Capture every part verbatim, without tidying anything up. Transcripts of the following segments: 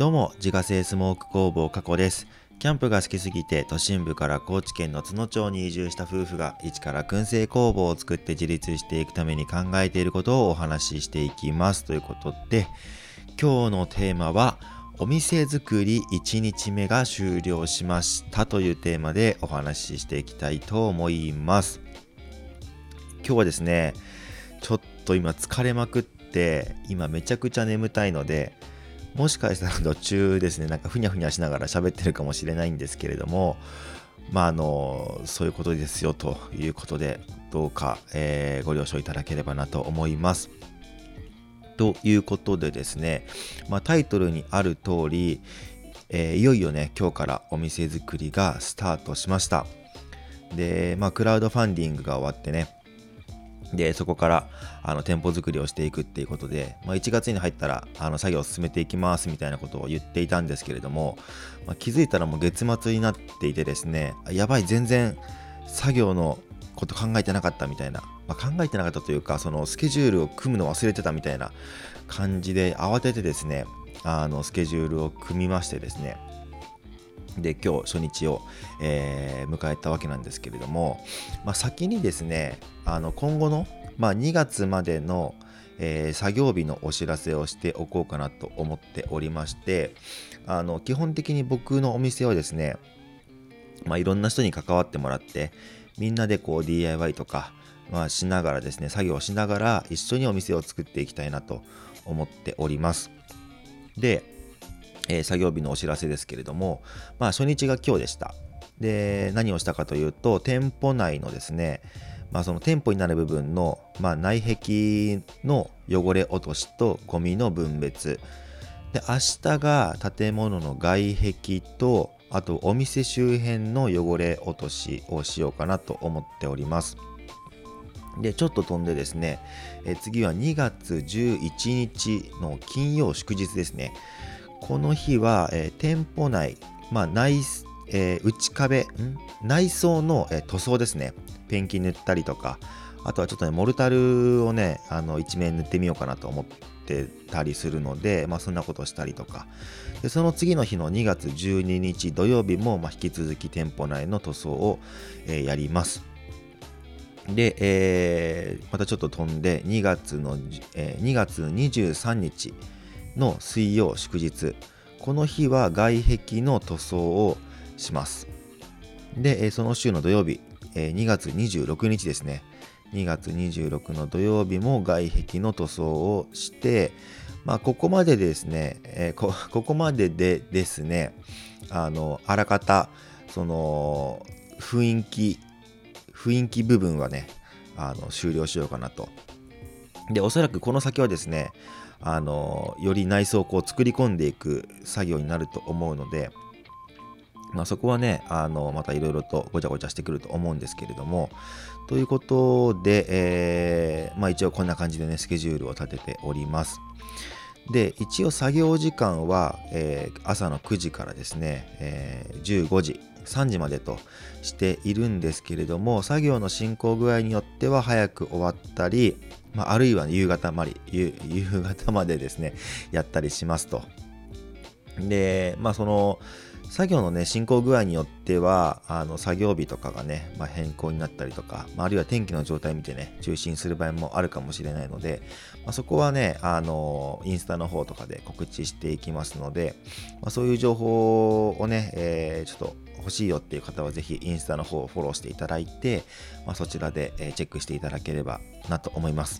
どうも、自家製スモーク工房加古です。キャンプが好きすぎて都心部から高知県の津野町に移住した夫婦が一から燻製工房を作って自立していくために考えていることをお話ししていきますということで、今日のテーマはお店作りいちにちめが終了しましたというテーマでお話ししていきたいと思います。今日はですね、ちょっと今疲れまくって今めちゃくちゃ眠たいので、もしかしたら途中ですね、なんかふにゃふにゃしながら喋ってるかもしれないんですけれども、まああのそういうことですよということで、どうか、えーご了承いただければなと思います。ということでですね、まあ、タイトルにある通り、えーいよいよね今日からお店作りがスタートしました。で、まあクラウドファンディングが終わってね、でそこからあの店舗作りをしていくっていうことで、まあ、いちがつに入ったらあの作業を進めていきますみたいなことを言っていたんですけれども、まあ、気づいたらもう月末になっていてですね、やばい全然作業のこと考えてなかったみたいな、まあ、考えてなかったというか、そのスケジュールを組むの忘れてたみたいな感じで慌ててですね、あのスケジュールを組みましてですね、で今日初日を、えー迎えたわけなんですけれども、まあ、先にですね、あの今後の、まあ、にがつまでの、えー作業日のお知らせをしておこうかなと思っておりまして、あの基本的に僕のお店はですね、まあ、いろんな人に関わってもらってみんなでこう ディーアイワイ とか、まあ、しながらですね、作業をしながら一緒にお店を作っていきたいなと思っております。でえー作業日のお知らせですけれども、まあ、初日が今日でした。で、何をしたかというと、店舗内のですね、まあ、その店舗になる部分の、まあ、内壁の汚れ落としとゴミの分別で、明日が建物の外壁と、あとお店周辺の汚れ落としをしようかなと思っております。で、ちょっと飛んでですね、えー次はにがつじゅういちにちの金曜祝日ですね。この日は、えー店舗内、まあ内えー内壁ん内装の、えー塗装ですね、ペンキ塗ったりとか、あとはちょっとねモルタルをね、あの一面塗ってみようかなと思ってたりするので、まあそんなことしたりとか、でその次の日のにがつじゅうににち土曜日も、まあ、引き続き店舗内の塗装を、えーやります。で、えーまたちょっと飛んでにがつの、えーにがつにじゅうさんにちの水曜祝日、この日は外壁の塗装をします。で、えーその週の土曜日、えーにがつにじゅうろくにちですね、にがつにじゅうろくの土曜日も外壁の塗装をして、まあここまでですね、えーこここまででですね、あのあらかたその雰囲気雰囲気部分はね、あの終了しようかなと。で、おそらくこの先はですね、あのより内装をこう作り込んでいく作業になると思うので、まあ、そこはね、あのまたいろいろとごちゃごちゃしてくると思うんですけれども、ということで、えーまあ、一応こんな感じでねスケジュールを立てております。で、一応作業時間は、えー朝のくじからですね、えーじゅうごじさんじまでとしているんですけれども、作業の進行具合によっては早く終わったり、まあ、あるいは夕方まで夕夕方までですねやったりしますと。で、まあその作業のね進行具合によってはあの作業日とかがね、まあ、変更になったりとか、まあ、あるいは天気の状態見てね中止にする場合もあるかもしれないので、まあ、そこはねあのインスタの方とかで告知していきますので、まあ、そういう情報をね、えーちょっと欲しいよっていう方はぜひインスタの方をフォローしていただいて、まあ、そちらで、えーチェックしていただければなと思います。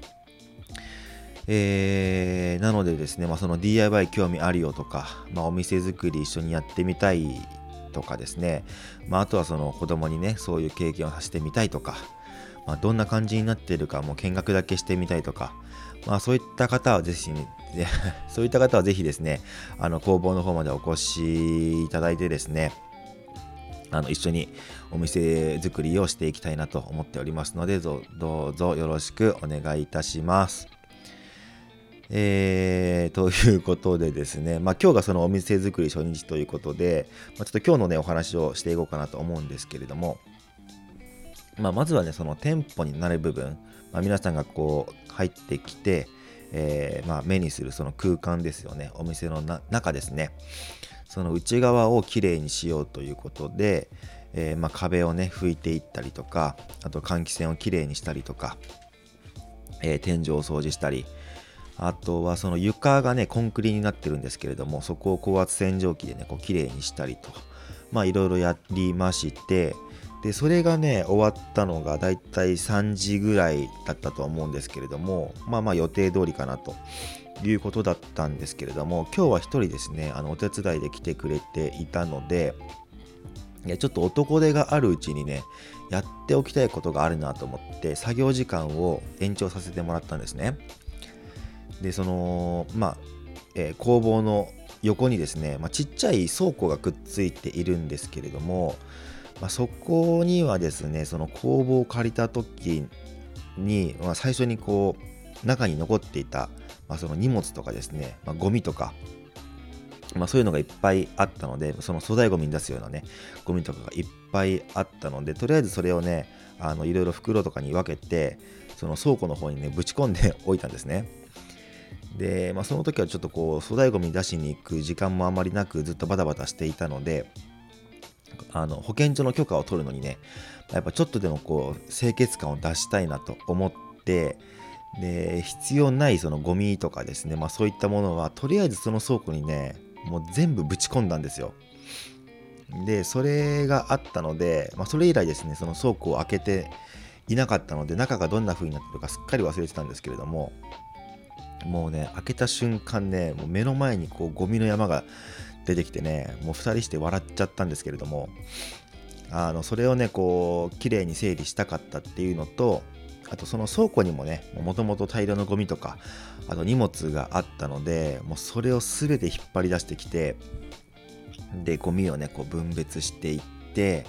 えーなのでですね、まあ、その ディーアイワイ 興味あるよとか、まあ、お店作り一緒にやってみたいとかですね、まあ、あとはその子供にねそういう経験をさせてみたいとか、まあ、どんな感じになっているかもう見学だけしてみたいとか、まあ、そういった方はぜひ、ね、そういった方はぜひですね、あの工房の方までお越しいただいてですね、あの一緒にお店作りをしていきたいなと思っておりますので、どうぞよろしくお願いいたします。えー、ということでですね、まあ、今日がそのお店作り初日ということで、まあ、ちょっと今日のねお話をしていこうかなと思うんですけれども、まあ、まずはねその店舗になる部分、まあ、皆さんがこう入ってきて、 えーまあ、目にするその空間ですよね、お店のな中ですね、その内側をきれいにしようということで、えーまあ、壁をね拭いていったりとか、あと換気扇をきれいにしたりとか、えー天井を掃除したり、あとはその床がねコンクリになってるんですけれども、そこを高圧洗浄機でねこうきれいにしたりと、まあいろいろやりまして、でそれがね終わったのがだいたいさんじぐらいだったと思うんですけれども、まあまあ予定通りかなということだったんですけれども、今日は一人ですねあのお手伝いで来てくれていたので、いやちょっと男手があるうちにねやっておきたいことがあるなと思って作業時間を延長させてもらったんですね。でそのまあ、えー工房の横にですね、まあ、ちっちゃい倉庫がくっついているんですけれども、まあ、そこにはですねその工房を借りた時に、まあ、最初にこう中に残っていた、まあ、その荷物とかですね、まあ、ゴミとか、まあ、そういうのがいっぱいあったので、その粗大ゴミに出すようなねゴミとかがいっぱいあったので、とりあえずそれをねあのいろいろ袋とかに分けてその倉庫の方にねぶち込んでおいたんですね。で、まあ、その時はちょっとこう粗大ゴミ出しに行く時間もあまりなくずっとバタバタしていたので、あの保健所の許可を取るのにねやっぱちょっとでもこう清潔感を出したいなと思って、で必要ないそのゴミとかですね、まあ、そういったものはとりあえずその倉庫にねもう全部ぶち込んだんですよ。でそれがあったので、まあ、それ以来ですねその倉庫を開けていなかったので、中がどんな風になってるかすっかり忘れてたんですけれども、もうね開けた瞬間ねもう目の前にこうゴミの山が出てきてね、もうふたりして笑っちゃったんですけれども、あのそれをねこう綺麗に整理したかったっていうのと、あとその倉庫にもねもともと大量のゴミとかあと荷物があったので、もうそれを全て引っ張り出してきて、でゴミをねこう分別していって、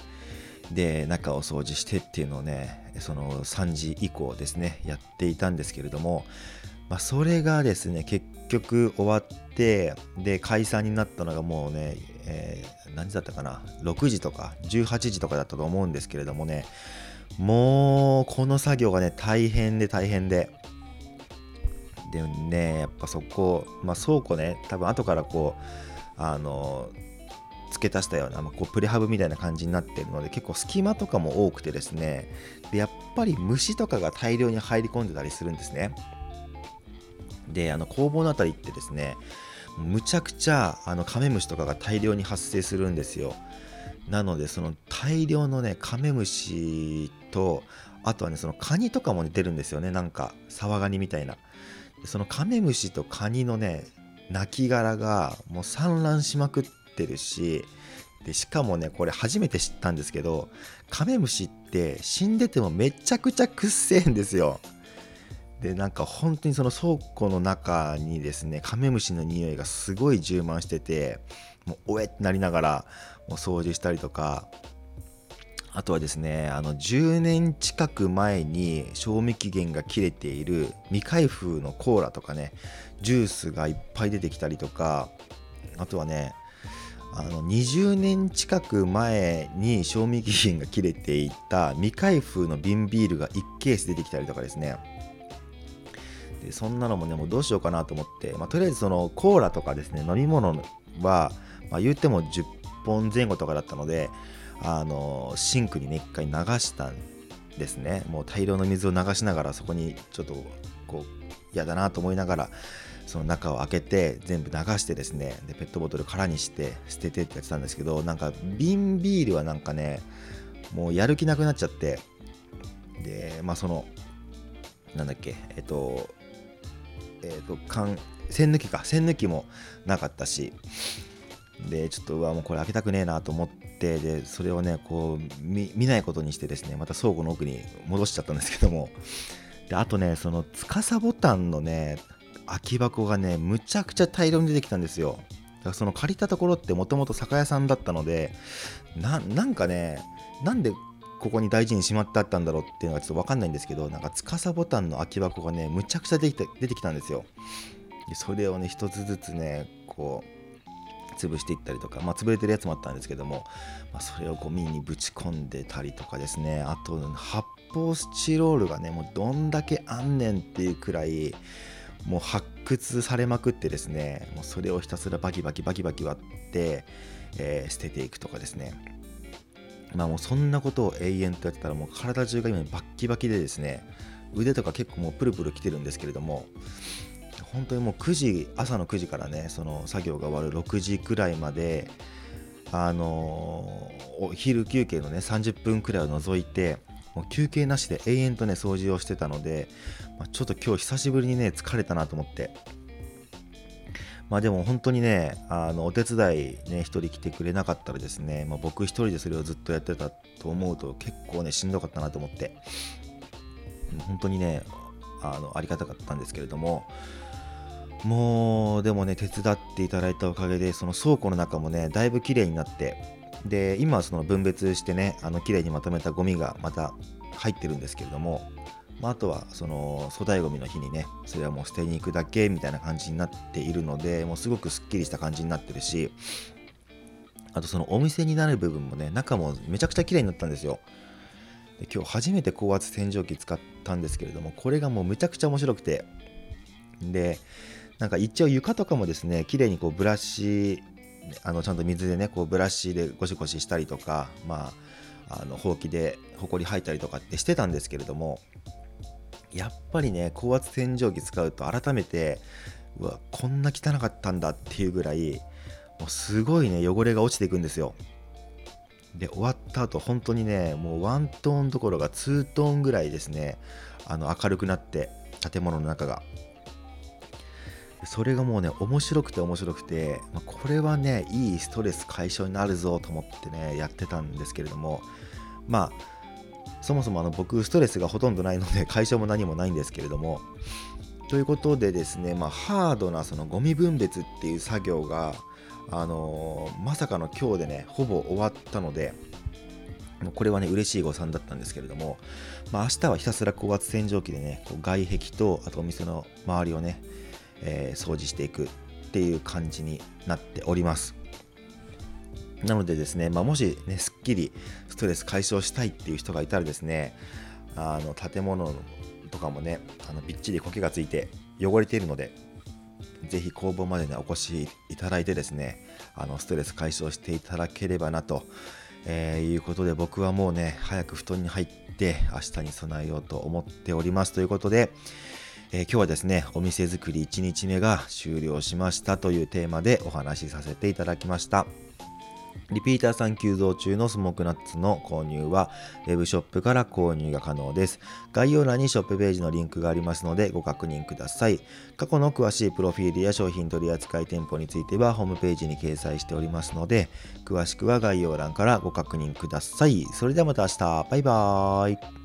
で中を掃除してっていうのをねそのさんじ以降ですねやっていたんですけれども、まあ、それがですね結局終わって、で解散になったのがもうね、えー何時だったかな、ろくじとかじゅうはちじとかだったと思うんですけれどもね、もうこの作業がね大変で大変で、でねやっぱそこ、まあ、倉庫ね多分後からこうあの付け足したような、まあ、こうプレハブみたいな感じになっているので結構隙間とかも多くてですね、でやっぱり虫とかが大量に入り込んでたりするんですね。であの工房のあたりってですねむちゃくちゃあのカメムシとかが大量に発生するんですよ。なのでその大量のねカメムシと、あとはねそのカニとかも、ね、出るんですよね、なんかサワガニみたいな。でそのカメムシとカニのね亡骸がもう散乱しまくってるし、でしかもねこれ初めて知ったんですけど、カメムシって死んでてもめちゃくちゃくっせえんですよ。でなんか本当にその倉庫の中にですねカメムシの匂いがすごい充満してて、もうおえってなりながらもう掃除したりとか、あとはですねあのじゅうねん近く前に賞味期限が切れている未開封のコーラとかねジュースがいっぱい出てきたりとか、あとはねあのにじゅうねん近く前に賞味期限が切れていた未開封の瓶ビールがいちケース出てきたりとかですね。でそんなのもねもうどうしようかなと思って、まあ、とりあえずそのコーラとかですね飲み物は、まあ、言ってもじゅっぽんぜん後とかだったので、あのシンクにね一回流したんですね。もう大量の水を流しながらそこにちょっとこう嫌だなと思いながらその中を開けて全部流してですね、でペットボトル空にして捨ててってやってたんですけど、なんか瓶ビールはなんかねもうやる気なくなっちゃって、でまあそのなんだっけえっとえっと缶栓抜きか栓抜きもなかったし、でちょっとうわもうこれ開けたくねえなと思って、でそれをねこう 見, 見ないことにしてですねまた倉庫の奥に戻しちゃったんですけども、であとねその司ボタンのね空き箱がねむちゃくちゃ大量に出てきたんですよ。だからその借りたところってもともと酒屋さんだったので、ななんかねなんでここに大事にしまってあったんだろうっていうのがちょっと分かんないんですけど、なんか司ボタンの空き箱がねむちゃくちゃ出てきた出てきたんですよ。でそれをね一つずつねこう潰していったりとか、まあ潰れてるやつもあったんですけども、まあ、それをゴミにぶち込んでたりとかですね、あと発泡スチロールがねもうどんだけあんねんっていうくらいもう発掘されまくってですね、もうそれをひたすらバキバキバキバキ割って、えー捨てていくとかですね。まあもうそんなことを永遠とやってたら、もう体中が今バッキバキでですね、腕とか結構もうプルプルきてるんですけれども、本当にもうくじ、朝のくじからね、その作業が終わるろくじくらいまで、あのーお昼休憩のねさんじゅっぷんくらいを除いて、もう休憩なしで永遠とね掃除をしてたので、まあ、ちょっと今日久しぶりにね疲れたなと思って、まあでも本当にね、あのお手伝いね一人来てくれなかったらですね、まあ、僕一人でそれをずっとやってたと思うと結構ねしんどかったなと思って、本当にねあのありがたかったんですけれども、もうでもね手伝っていただいたおかげでその倉庫の中もねだいぶ綺麗になって、で今はその分別してねあの綺麗にまとめたゴミがまた入ってるんですけれども、まあ、あとはその粗大ゴミの日にねそれはもう捨てに行くだけみたいな感じになっているので、もうすごくすっきりした感じになってるし、あとそのお店になる部分もね中もめちゃくちゃ綺麗になったんですよ。で今日初めて高圧洗浄機使ったんですけれども、これがもうめちゃくちゃ面白くて、でなんか一応床とかもですね綺麗にこうブラシ、あのちゃんと水でねこうブラシでゴシゴシしたりとか、まああのほうきでほこり吐いたりとかってしてたんですけれども、やっぱりね高圧洗浄機使うと改めて、うわこんな汚かったんだっていうぐらい、もうすごいね汚れが落ちていくんですよ。で終わった後本当にねもうワントーンどころがツートーンぐらいですね、あの明るくなって、建物の中がそれがもうね面白くて面白くて、まあ、これはねいいストレス解消になるぞと思ってねやってたんですけれども、まあそもそもあの僕ストレスがほとんどないので解消も何もないんですけれども、ということでですね、まあ、ハードなそのゴミ分別っていう作業が、あのーまさかの今日でねほぼ終わったので、もうこれはね嬉しい誤算だったんですけれども、まあ、明日はひたすら高圧洗浄機でねこう外壁とあとお店の周りをね、えー掃除していくっていう感じになっております。なのでですね、まあ、もしねすっきりストレス解消したいっていう人がいたらですね、あの建物とかもねあのびっちり苔がついて汚れているので、ぜひ工房までねお越しいただいてですね、あのストレス解消していただければなと、えーいうことで、僕はもうね早く布団に入って明日に備えようと思っております。ということで、えー今日はですねお店作りいちにちめが終了しましたというテーマでお話しさせていただきました。リピーターさん急増中のスモークナッツの購入はウェブショップから購入が可能です。概要欄にショップページのリンクがありますのでご確認ください。過去の詳しいプロフィールや商品取扱店舗についてはホームページに掲載しておりますので、詳しくは概要欄からご確認ください。それではまた明日、バイバーイ。